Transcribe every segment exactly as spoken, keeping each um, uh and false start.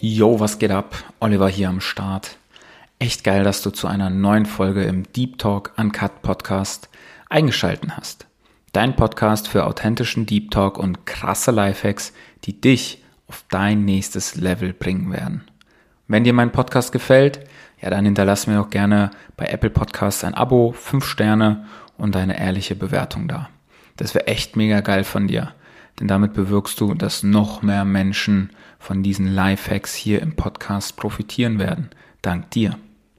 Yo, was geht ab? Oliver hier am Start. Echt geil, dass du zu einer neuen Folge im Deep Talk Uncut Podcast eingeschalten hast. Dein Podcast für authentischen Deep Talk und krasse Lifehacks, die dich auf dein nächstes Level bringen werden. Wenn dir mein Podcast gefällt, ja, dann hinterlass mir doch gerne bei Apple Podcasts ein Abo, fünf Sterne und eine ehrliche Bewertung da. Das wäre echt mega geil von dir, denn damit bewirkst du, dass noch mehr Menschen von diesen Lifehacks hier im Podcast profitieren werden. Dank dir.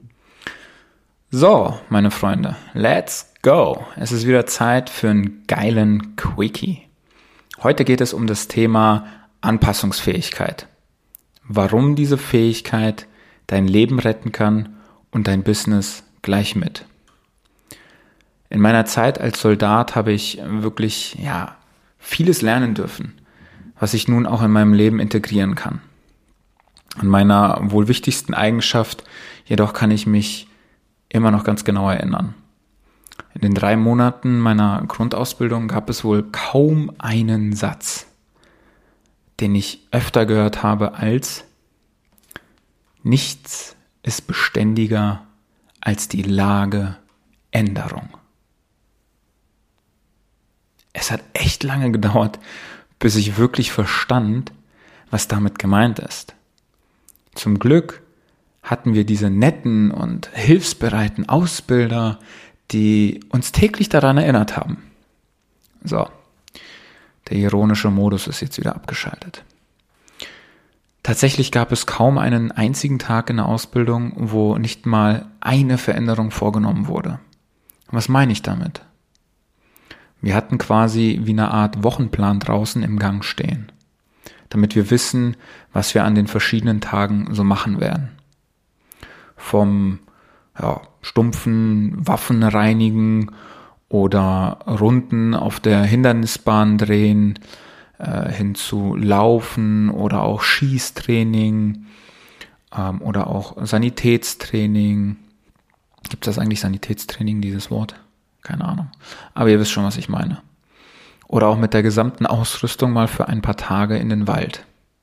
So, meine Freunde, let's go. Es ist wieder Zeit für einen geilen Quickie. Heute geht es um das Thema Anpassungsfähigkeit. Warum diese Fähigkeit dein Leben retten kann und dein Business gleich mit. In meiner Zeit als Soldat habe ich wirklich, ja, vieles lernen dürfen, was ich nun auch in meinem Leben integrieren kann. An meiner wohl wichtigsten Eigenschaft jedoch kann ich mich immer noch ganz genau erinnern. In den drei Monaten meiner Grundausbildung gab es wohl kaum einen Satz, den ich öfter gehört habe als: Nichts ist beständiger als die Lageänderung. Es hat echt lange gedauert, bis ich wirklich verstand, was damit gemeint ist. Zum Glück hatten wir diese netten und hilfsbereiten Ausbilder, die uns täglich daran erinnert haben. So, der ironische Modus ist jetzt wieder abgeschaltet. Tatsächlich gab es kaum einen einzigen Tag in der Ausbildung, wo nicht mal eine Veränderung vorgenommen wurde. Was meine ich damit? Wir hatten quasi wie eine Art Wochenplan draußen im Gang stehen, damit wir wissen, was wir an den verschiedenen Tagen so machen werden. Vom ja, stumpfen Waffen reinigen oder Runden auf der Hindernisbahn drehen, äh, hin zu Laufen oder auch Schießtraining ähm, oder auch Sanitätstraining. Gibt es das eigentlich, Sanitätstraining, dieses Wort? Keine Ahnung. Aber ihr wisst schon, was ich meine. Oder auch mit der gesamten Ausrüstung mal für ein paar Tage in den Wald.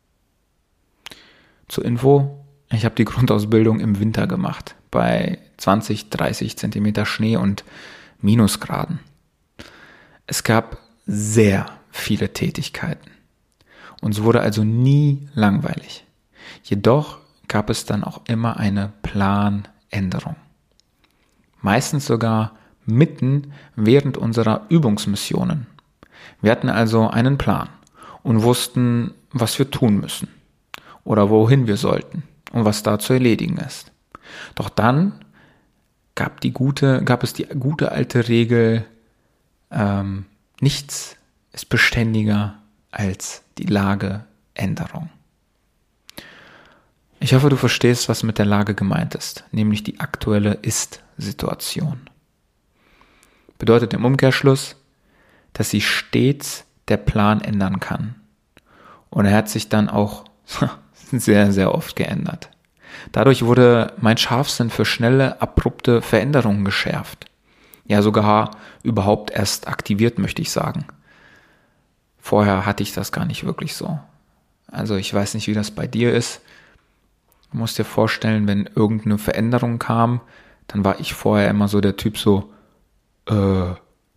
Zur Info, ich habe die Grundausbildung im Winter gemacht, bei zwanzig, dreißig Zentimeter Schnee und Minusgraden. Es gab sehr viele Tätigkeiten und es wurde also nie langweilig. Jedoch gab es dann auch immer eine Planänderung. Meistens sogar mitten während unserer Übungsmissionen. Wir hatten also einen Plan und wussten, was wir tun müssen oder wohin wir sollten und was da zu erledigen ist. Doch dann gab, die gute, gab es die gute alte Regel, ähm, nichts ist beständiger als die Lageänderung. Ich hoffe, du verstehst, was mit der Lage gemeint ist, nämlich die aktuelle Ist-Situation. Bedeutet im Umkehrschluss, dass sich stets der Plan ändern kann. Und er hat sich dann auch sehr, sehr oft geändert. Dadurch wurde mein Scharfsinn für schnelle, abrupte Veränderungen geschärft. Ja, sogar überhaupt erst aktiviert, möchte ich sagen. Vorher hatte ich das gar nicht wirklich so. Also ich weiß nicht, wie das bei dir ist. Du musst dir vorstellen, wenn irgendeine Veränderung kam, dann war ich vorher immer so der Typ so, Äh,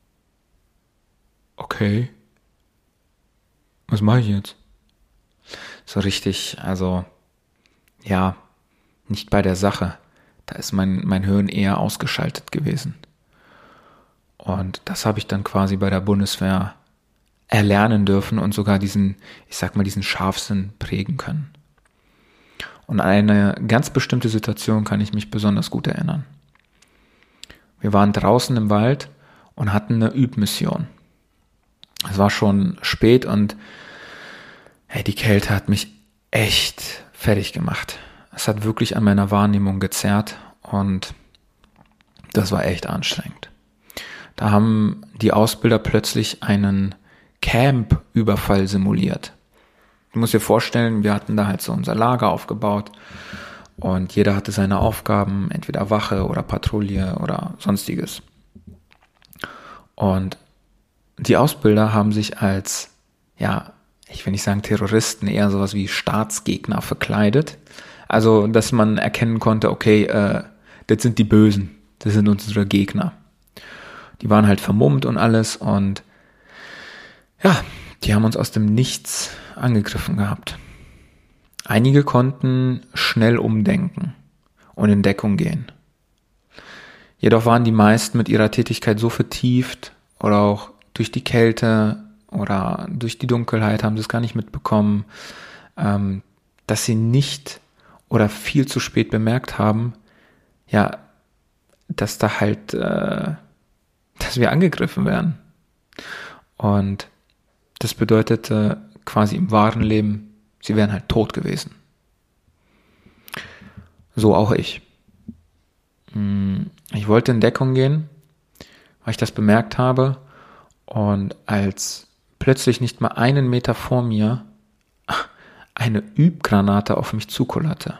okay, was mache ich jetzt? So richtig, also, ja, nicht bei der Sache. Da ist mein, mein Hirn eher ausgeschaltet gewesen. Und das habe ich dann quasi bei der Bundeswehr erlernen dürfen und sogar diesen, ich sag mal, diesen Scharfsinn prägen können. Und an eine ganz bestimmte Situation kann ich mich besonders gut erinnern. Wir waren draußen im Wald und hatten eine Übmission. Es war schon spät und hey, die Kälte hat mich echt fertig gemacht. Es hat wirklich an meiner Wahrnehmung gezerrt und das war echt anstrengend. Da haben die Ausbilder plötzlich einen Camp-Überfall simuliert. Du musst dir vorstellen, wir hatten da halt so unser Lager aufgebaut. Und jeder hatte seine Aufgaben, entweder Wache oder Patrouille oder sonstiges. Und die Ausbilder haben sich als ja ich will nicht sagen Terroristen, eher sowas wie Staatsgegner verkleidet. Also, dass man erkennen konnte, okay, äh, das sind die Bösen, das sind unsere Gegner. Die waren halt vermummt und alles und ja, die haben uns aus dem Nichts angegriffen gehabt. Einige konnten schnell umdenken und in Deckung gehen. Jedoch waren die meisten mit ihrer Tätigkeit so vertieft oder auch durch die Kälte oder durch die Dunkelheit haben sie es gar nicht mitbekommen, ähm, dass sie nicht oder viel zu spät bemerkt haben, ja, dass da halt, äh, dass wir angegriffen werden. Und das bedeutete quasi im wahren Leben, sie wären halt tot gewesen. So auch ich. Ich wollte in Deckung gehen, weil ich das bemerkt habe. Und als plötzlich nicht mal einen Meter vor mir eine Übgranate auf mich zukullerte.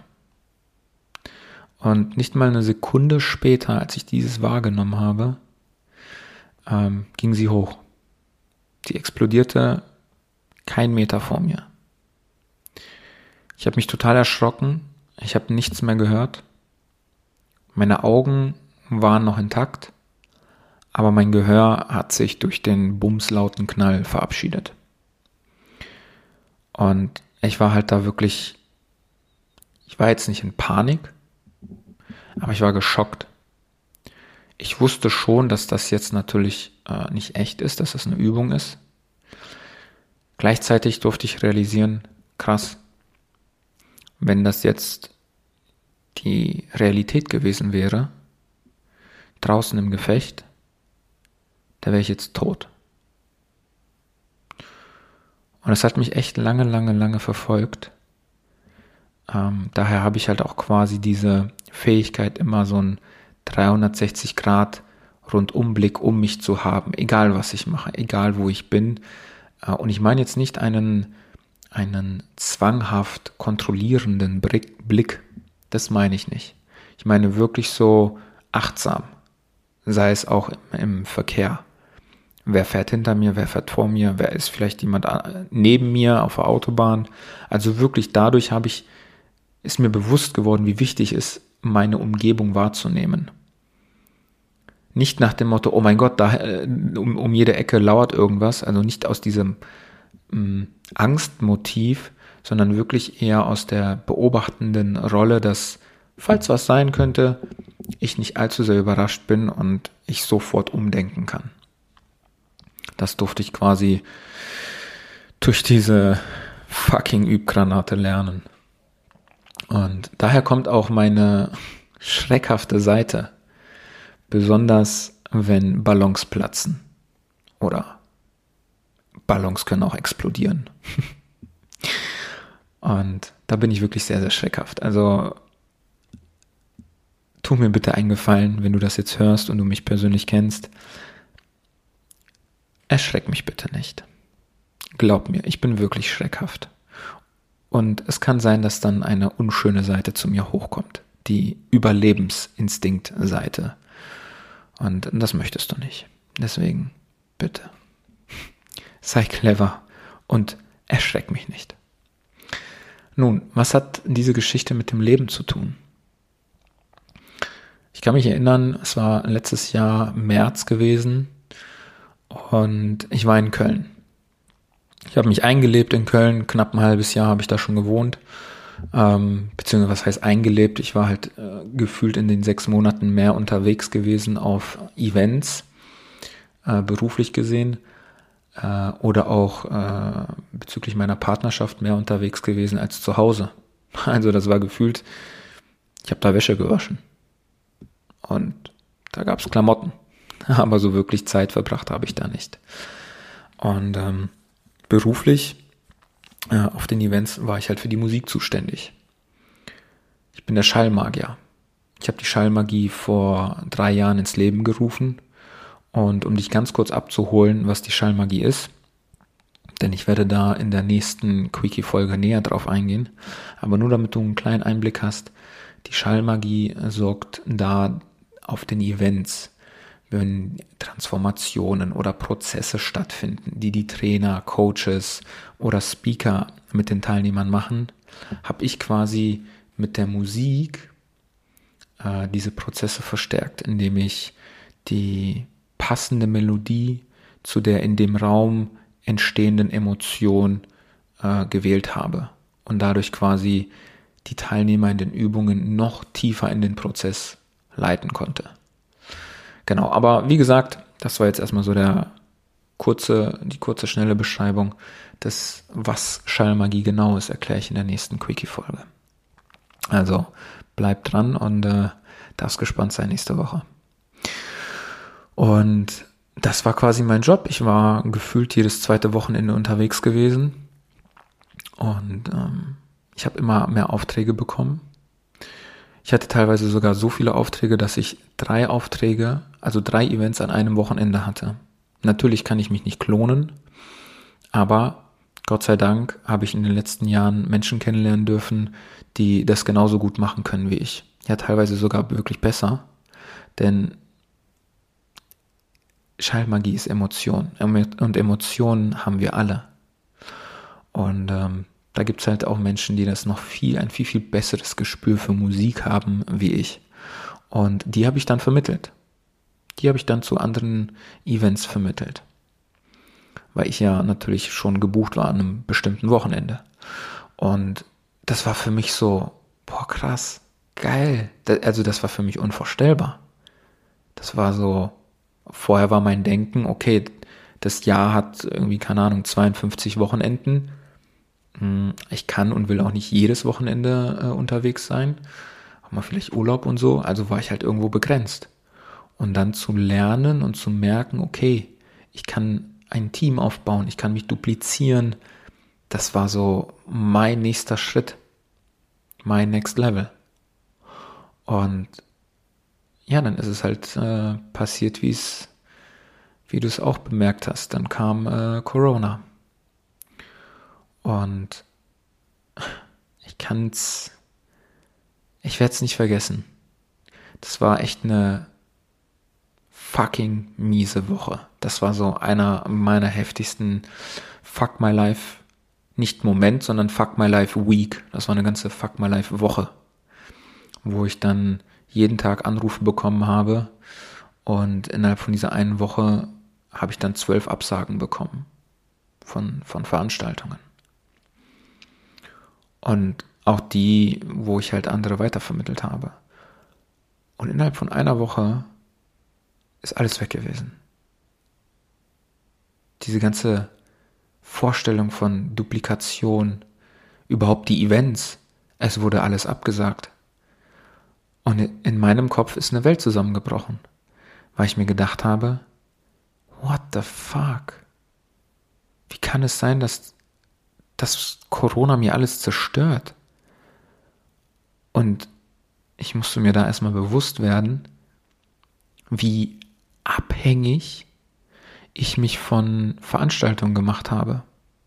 Und nicht mal eine Sekunde später, als ich dieses wahrgenommen habe, ähm, ging sie hoch. Sie explodierte kein Meter vor mir. Ich habe mich total erschrocken. Ich habe nichts mehr gehört. Meine Augen waren noch intakt, aber mein Gehör hat sich durch den bumslauten Knall verabschiedet. Und ich war halt da wirklich, ich war jetzt nicht in Panik, aber ich war geschockt. Ich wusste schon, dass das jetzt natürlich äh, nicht echt ist, dass das eine Übung ist. Gleichzeitig durfte ich realisieren, krass, wenn das jetzt die Realität gewesen wäre, draußen im Gefecht, da wäre ich jetzt tot. Und es hat mich echt lange, lange, lange verfolgt. Ähm, daher habe ich halt auch quasi diese Fähigkeit, immer so einen dreihundertsechzig Grad Rundumblick um mich zu haben, egal was ich mache, egal wo ich bin. Äh, und ich meine jetzt nicht einen, einen zwanghaft kontrollierenden Blick, das meine ich nicht. Ich meine wirklich so achtsam, sei es auch im, im Verkehr. Wer fährt hinter mir, wer fährt vor mir, wer ist vielleicht jemand neben mir auf der Autobahn. Also wirklich dadurch habe ich, ist mir bewusst geworden, wie wichtig es ist, meine Umgebung wahrzunehmen. Nicht nach dem Motto, oh mein Gott, da um, um jede Ecke lauert irgendwas, also nicht aus diesem ähm, Angstmotiv, sondern wirklich eher aus der beobachtenden Rolle, dass, falls was sein könnte, ich nicht allzu sehr überrascht bin und ich sofort umdenken kann. Das durfte ich quasi durch diese fucking Übgranate lernen. Und daher kommt auch meine schreckhafte Seite. Besonders wenn Ballons platzen. Oder Ballons können auch explodieren. Und da bin ich wirklich sehr, sehr schreckhaft. Also tu mir bitte einen Gefallen, wenn du das jetzt hörst und du mich persönlich kennst. Erschreck mich bitte nicht. Glaub mir, ich bin wirklich schreckhaft. Und es kann sein, dass dann eine unschöne Seite zu mir hochkommt. Die Überlebensinstinkt-Seite. Und das möchtest du nicht. Deswegen, bitte, sei clever und erschreck mich nicht. Nun, was hat diese Geschichte mit dem Leben zu tun? Ich kann mich erinnern, es war letztes Jahr März gewesen und ich war in Köln. Ich habe mich eingelebt in Köln, knapp ein halbes Jahr habe ich da schon gewohnt. Ähm, beziehungsweise was heißt eingelebt? Ich war halt äh, gefühlt in den sechs Monaten mehr unterwegs gewesen auf Events, äh, beruflich gesehen, äh, oder auch äh, bezüglich meiner Partnerschaft mehr unterwegs gewesen als zu Hause. Also das war gefühlt, ich habe da Wäsche gewaschen und da gab es Klamotten, aber so wirklich Zeit verbracht habe ich da nicht. Und ähm, beruflich auf den Events war ich halt für die Musik zuständig. Ich bin der Schallmagier. Ich habe die Schallmagie vor drei Jahren ins Leben gerufen. Und um dich ganz kurz abzuholen, was die Schallmagie ist, denn ich werde da in der nächsten Quickie-Folge näher drauf eingehen, aber nur damit du einen kleinen Einblick hast, die Schallmagie sorgt da auf den Events wenn Transformationen oder Prozesse stattfinden, die die Trainer, Coaches oder Speaker mit den Teilnehmern machen, habe ich quasi mit der Musik äh, diese Prozesse verstärkt, indem ich die passende Melodie zu der in dem Raum entstehenden Emotion äh, gewählt habe und dadurch quasi die Teilnehmer in den Übungen noch tiefer in den Prozess leiten konnte. Genau, aber wie gesagt, das war jetzt erstmal so der kurze, die kurze, schnelle Beschreibung des, was Schallmagie genau ist, erkläre ich in der nächsten Quickie-Folge. Also bleibt dran und äh, darfst gespannt sein nächste Woche. Und das war quasi mein Job. Ich war gefühlt jedes zweite Wochenende unterwegs gewesen und ähm, ich habe immer mehr Aufträge bekommen. Ich hatte teilweise sogar so viele Aufträge, dass ich drei Aufträge, also drei Events an einem Wochenende hatte. Natürlich kann ich mich nicht klonen, aber Gott sei Dank habe ich in den letzten Jahren Menschen kennenlernen dürfen, die das genauso gut machen können wie ich. Ja, teilweise sogar wirklich besser, denn Schallmagie ist Emotion und Emotionen haben wir alle. Und ähm, da gibt es halt auch Menschen, die das noch viel, ein viel, viel besseres Gespür für Musik haben wie ich. Und die habe ich dann vermittelt. Die habe ich dann zu anderen Events vermittelt. Weil ich ja natürlich schon gebucht war an einem bestimmten Wochenende. Und das war für mich so, boah krass, geil. Also das war für mich unvorstellbar. Das war so, vorher war mein Denken, okay, das Jahr hat irgendwie, keine Ahnung, zweiundfünfzig Wochenenden. Ich kann und will auch nicht jedes Wochenende äh, unterwegs sein. Auch mal vielleicht Urlaub und so. Also war ich halt irgendwo begrenzt. Und dann zu lernen und zu merken, okay, ich kann ein Team aufbauen, ich kann mich duplizieren. Das war so mein nächster Schritt. Mein Next Level. Und ja, dann ist es halt äh, passiert, wie es, wie du es auch bemerkt hast. Dann kam äh, Corona. Und ich kann's, ich werde es nicht vergessen. Das war echt eine fucking miese Woche. Das war so einer meiner heftigsten Fuck My Life, nicht Moment, sondern Fuck My Life Week. Das war eine ganze Fuck My Life Woche, wo ich dann jeden Tag Anrufe bekommen habe und innerhalb von dieser einen Woche habe ich dann zwölf Absagen bekommen von, von Veranstaltungen. Und auch die, wo ich halt andere weitervermittelt habe. Und innerhalb von einer Woche ist alles weg gewesen. Diese ganze Vorstellung von Duplikation, überhaupt die Events, es wurde alles abgesagt. Und in meinem Kopf ist eine Welt zusammengebrochen, weil ich mir gedacht habe, what the fuck? Wie kann es sein, dass, dass Corona mir alles zerstört? Und ich musste mir da erstmal bewusst werden, wie abhängig ich mich von Veranstaltungen gemacht habe.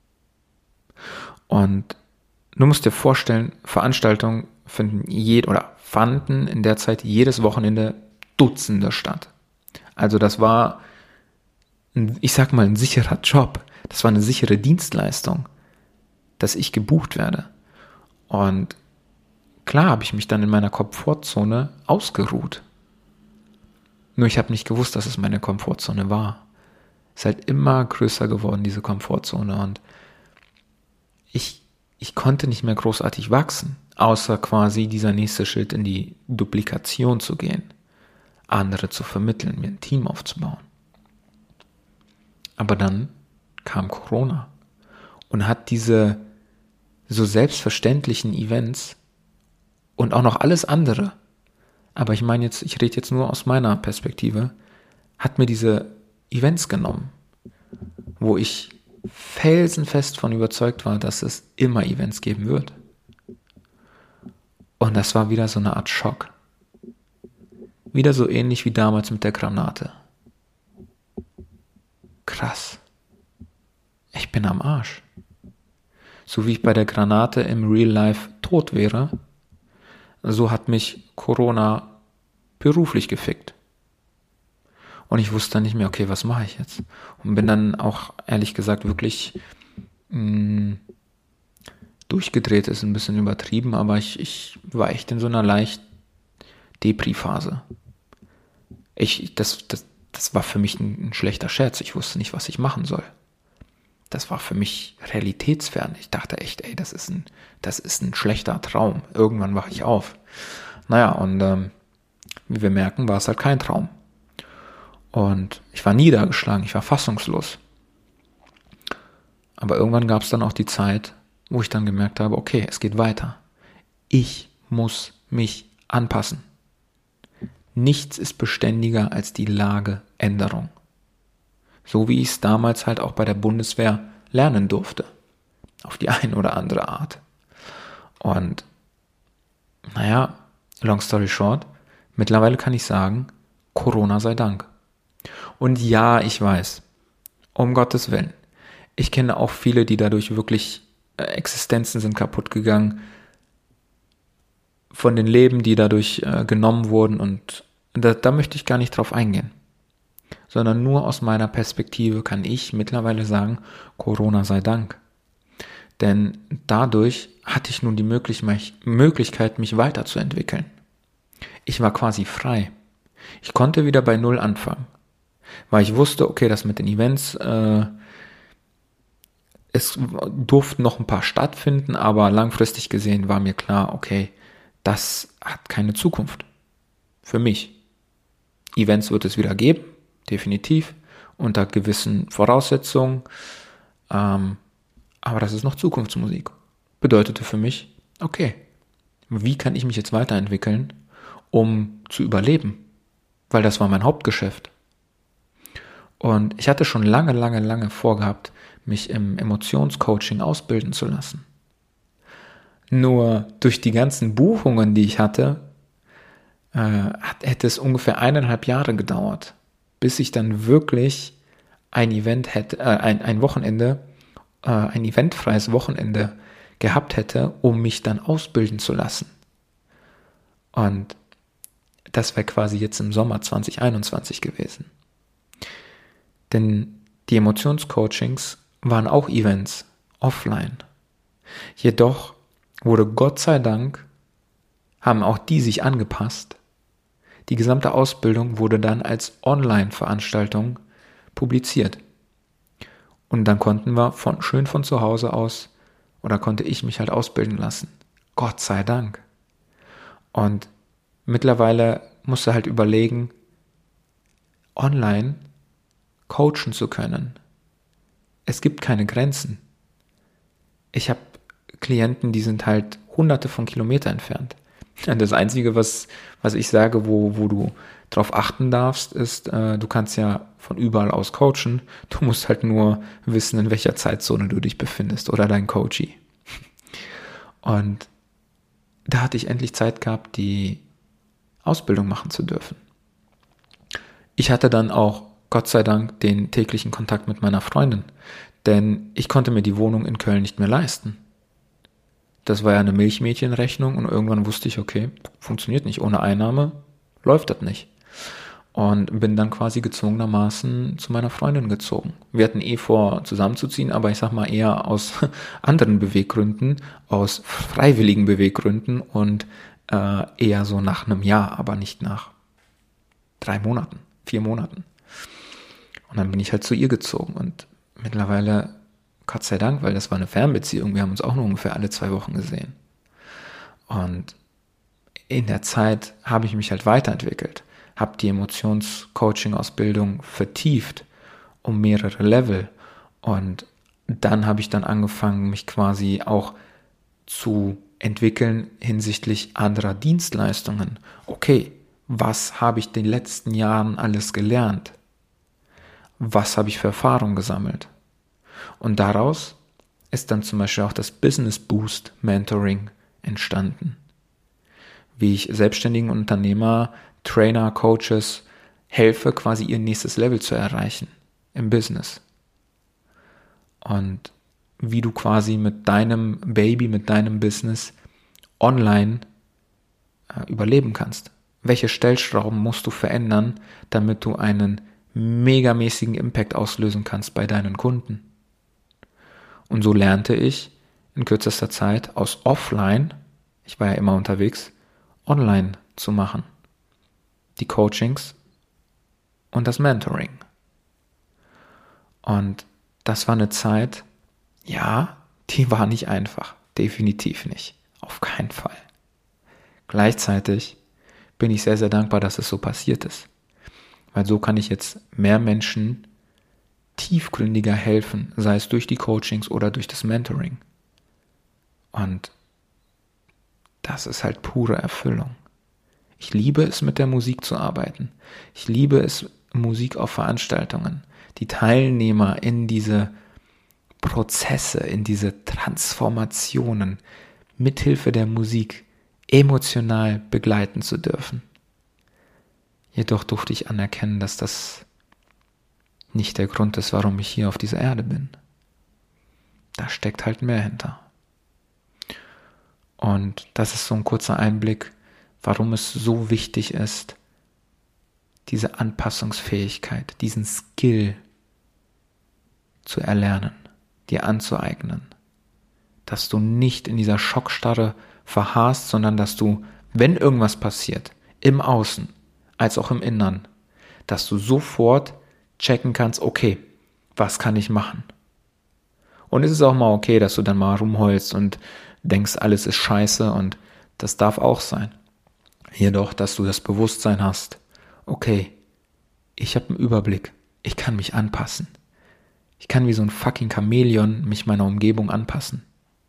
Und du musst dir vorstellen, Veranstaltungen finden jed oder fanden in der Zeit jedes Wochenende Dutzende statt. Also das war, ein, ich sag mal, ein sicherer Job. Das war eine sichere Dienstleistung, dass ich gebucht werde. Und klar habe ich mich dann in meiner Komfortzone ausgeruht. Nur ich habe nicht gewusst, dass es meine Komfortzone war. Es ist halt immer größer geworden, diese Komfortzone. Und ich, ich konnte nicht mehr großartig wachsen, außer quasi dieser nächste Schritt in die Duplikation zu gehen, andere zu vermitteln, mir ein Team aufzubauen. Aber dann kam Corona und hat diese so selbstverständlichen Events und auch noch alles andere, aber ich meine jetzt, ich rede jetzt nur aus meiner Perspektive, hat mir diese Events genommen, wo ich felsenfest von überzeugt war, dass es immer Events geben wird. Und das war wieder so eine Art Schock. Wieder so ähnlich wie damals mit der Granate. Krass. Ich bin am Arsch. So wie ich bei der Granate im Real Life tot wäre, so hat mich Corona beruflich gefickt. Und ich wusste dann nicht mehr, okay, was mache ich jetzt? Und bin dann auch, ehrlich gesagt, wirklich mh, durchgedreht, ist ein bisschen übertrieben, aber ich, ich war echt in so einer leicht Depri-Phase. Ich, das, das, das war für mich ein, ein schlechter Scherz. Ich wusste nicht, was ich machen soll. Das war für mich realitätsfern. Ich dachte echt, ey, das ist ein, das ist ein schlechter Traum. Irgendwann wache ich auf. Naja, und ähm, wie wir merken, war es halt kein Traum. Und ich war niedergeschlagen, ich war fassungslos. Aber irgendwann gab es dann auch die Zeit, wo ich dann gemerkt habe, okay, es geht weiter. Ich muss mich anpassen. Nichts ist beständiger als die Lageänderung. So wie ich es damals halt auch bei der Bundeswehr lernen durfte. Auf die eine oder andere Art. Und naja, long story short, mittlerweile kann ich sagen, Corona sei Dank. Und ja, ich weiß, um Gottes Willen, ich kenne auch viele, die dadurch wirklich äh, Existenzen sind kaputt gegangen, von den Leben, die dadurch äh, genommen wurden, und da, da möchte ich gar nicht drauf eingehen. Sondern nur aus meiner Perspektive kann ich mittlerweile sagen, Corona sei Dank. Denn dadurch hatte ich nun die Möglichkeit, mich weiterzuentwickeln. Ich war quasi frei. Ich konnte wieder bei Null anfangen, weil ich wusste, okay, das mit den Events, äh, es durften noch ein paar stattfinden, aber langfristig gesehen war mir klar, okay, das hat keine Zukunft für mich. Events wird es wieder geben, definitiv, unter gewissen Voraussetzungen, ähm, aber das ist noch Zukunftsmusik. Bedeutete für mich, okay, wie kann ich mich jetzt weiterentwickeln, um zu überleben? Weil das war mein Hauptgeschäft. Und ich hatte schon lange, lange, lange vorgehabt, mich im Emotionscoaching ausbilden zu lassen. Nur durch die ganzen Buchungen, die ich hatte, äh, hätte es ungefähr eineinhalb Jahre gedauert, bis ich dann wirklich ein Event hätte, äh, ein, ein Wochenende, äh, ein eventfreies Wochenende gehabt hätte, um mich dann ausbilden zu lassen. Und das wäre quasi jetzt im Sommer zwanzig einundzwanzig gewesen. Denn die Emotionscoachings waren auch Events, offline. Jedoch wurde Gott sei Dank, haben auch die sich angepasst. Die gesamte Ausbildung wurde dann als Online-Veranstaltung publiziert. Und dann konnten wir von, schön von zu Hause aus, oder konnte ich mich halt ausbilden lassen. Gott sei Dank. Und mittlerweile musst du halt überlegen, online coachen zu können. Es gibt keine Grenzen. Ich habe Klienten, die sind halt hunderte von Kilometern entfernt. Das Einzige, was, was ich sage, wo, wo du drauf achten darfst, ist, äh, du kannst ja von überall aus coachen. Du musst halt nur wissen, in welcher Zeitzone du dich befindest oder dein Coachee. Und da hatte ich endlich Zeit gehabt, die Ausbildung machen zu dürfen. Ich hatte dann auch, Gott sei Dank, den täglichen Kontakt mit meiner Freundin, denn ich konnte mir die Wohnung in Köln nicht mehr leisten. Das war ja eine Milchmädchenrechnung und irgendwann wusste ich, okay, funktioniert nicht. Ohne Einnahme läuft das nicht. Und bin dann quasi gezwungenermaßen zu meiner Freundin gezogen. Wir hatten eh vor, zusammenzuziehen, aber ich sag mal eher aus anderen Beweggründen, aus freiwilligen Beweggründen und äh, eher so nach einem Jahr, aber nicht nach drei Monaten, vier Monaten. Und dann bin ich halt zu ihr gezogen und mittlerweile, Gott sei Dank, weil das war eine Fernbeziehung, wir haben uns auch nur ungefähr alle zwei Wochen gesehen. Und in der Zeit habe ich mich halt weiterentwickelt, habe die Emotions-Coaching-Ausbildung vertieft um mehrere Level und dann habe ich dann angefangen, mich quasi auch zu entwickeln hinsichtlich anderer Dienstleistungen. Okay, was habe ich in den letzten Jahren alles gelernt? Was habe ich für Erfahrung gesammelt? Und daraus ist dann zum Beispiel auch das Business Boost Mentoring entstanden. Wie ich selbstständigen Unternehmer, Trainer, Coaches helfe, quasi ihr nächstes Level zu erreichen im Business. Und wie du quasi mit deinem Baby, mit deinem Business online äh, überleben kannst. Welche Stellschrauben musst du verändern, damit du einen megamäßigen Impact auslösen kannst bei deinen Kunden. Und so lernte ich in kürzester Zeit aus offline, ich war ja immer unterwegs, online zu machen. Die Coachings und das Mentoring. Und das war eine Zeit, ja, die war nicht einfach. Definitiv nicht. Auf keinen Fall. Gleichzeitig bin ich sehr, sehr dankbar, dass es so passiert ist. Weil so kann ich jetzt mehr Menschen tiefgründiger helfen, sei es durch die Coachings oder durch das Mentoring. Und das ist halt pure Erfüllung. Ich liebe es, mit der Musik zu arbeiten. Ich liebe es, Musik auf Veranstaltungen, die Teilnehmer in diese Prozesse, in diese Transformationen mithilfe der Musik emotional begleiten zu dürfen. Jedoch durfte ich anerkennen, dass das nicht der Grund ist, warum ich hier auf dieser Erde bin. Da steckt halt mehr hinter. Und das ist so ein kurzer Einblick, warum es so wichtig ist, diese Anpassungsfähigkeit, diesen Skill zu erlernen, dir anzueignen. Dass du nicht in dieser Schockstarre verharrst, sondern dass du, wenn irgendwas passiert, im Außen als auch im Innern, dass du sofort checken kannst, okay, was kann ich machen? Und es ist auch mal okay, dass du dann mal rumheulst und denkst, alles ist scheiße, und das darf auch sein. Jedoch, dass du das Bewusstsein hast, okay, ich habe einen Überblick, ich kann mich anpassen. Ich kann wie so ein fucking Chamäleon mich meiner Umgebung anpassen.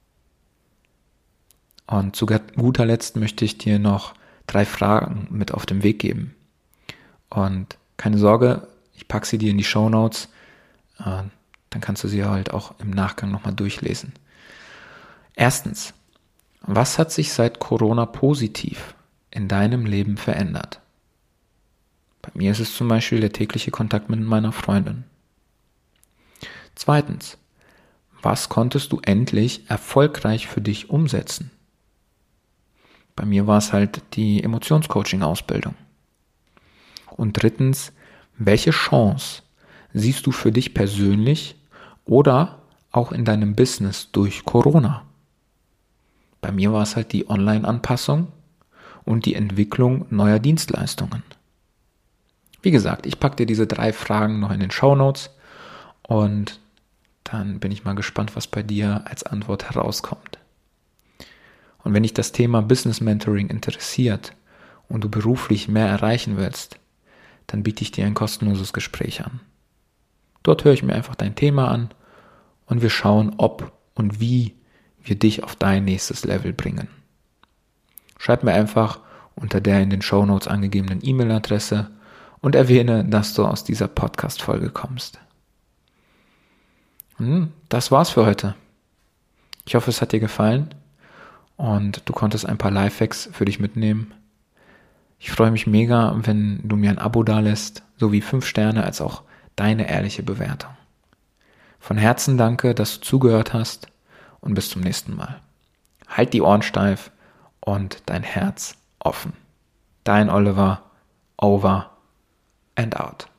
Und zu guter Letzt möchte ich dir noch drei Fragen mit auf den Weg geben. Und keine Sorge, ich packe sie dir in die Shownotes, äh, dann kannst du sie halt auch im Nachgang nochmal durchlesen. Erstens, was hat sich seit Corona positiv in deinem Leben verändert? Bei mir ist es zum Beispiel der tägliche Kontakt mit meiner Freundin. Zweitens, was konntest du endlich erfolgreich für dich umsetzen? Bei mir war es halt die Emotionscoaching-Ausbildung. Und drittens, welche Chance siehst du für dich persönlich oder auch in deinem Business durch Corona? Bei mir war es halt die Online-Anpassung und die Entwicklung neuer Dienstleistungen. Wie gesagt, ich packe dir diese drei Fragen noch in den Shownotes und dann bin ich mal gespannt, was bei dir als Antwort herauskommt. Und wenn dich das Thema Business Mentoring interessiert und du beruflich mehr erreichen willst, dann biete ich dir ein kostenloses Gespräch an. Dort höre ich mir einfach dein Thema an und wir schauen, ob und wie wir dich auf dein nächstes Level bringen. Schreib mir einfach unter der in den Shownotes angegebenen E-Mail-Adresse und erwähne, dass du aus dieser Podcast-Folge kommst. Und das war's für heute. Ich hoffe, es hat dir gefallen und du konntest ein paar Lifehacks für dich mitnehmen. Ich freue mich mega, wenn du mir ein Abo dalässt, sowie fünf Sterne als auch deine ehrliche Bewertung. Von Herzen danke, dass du zugehört hast und bis zum nächsten Mal. Halt die Ohren steif und dein Herz offen. Dein Oliver, over and out.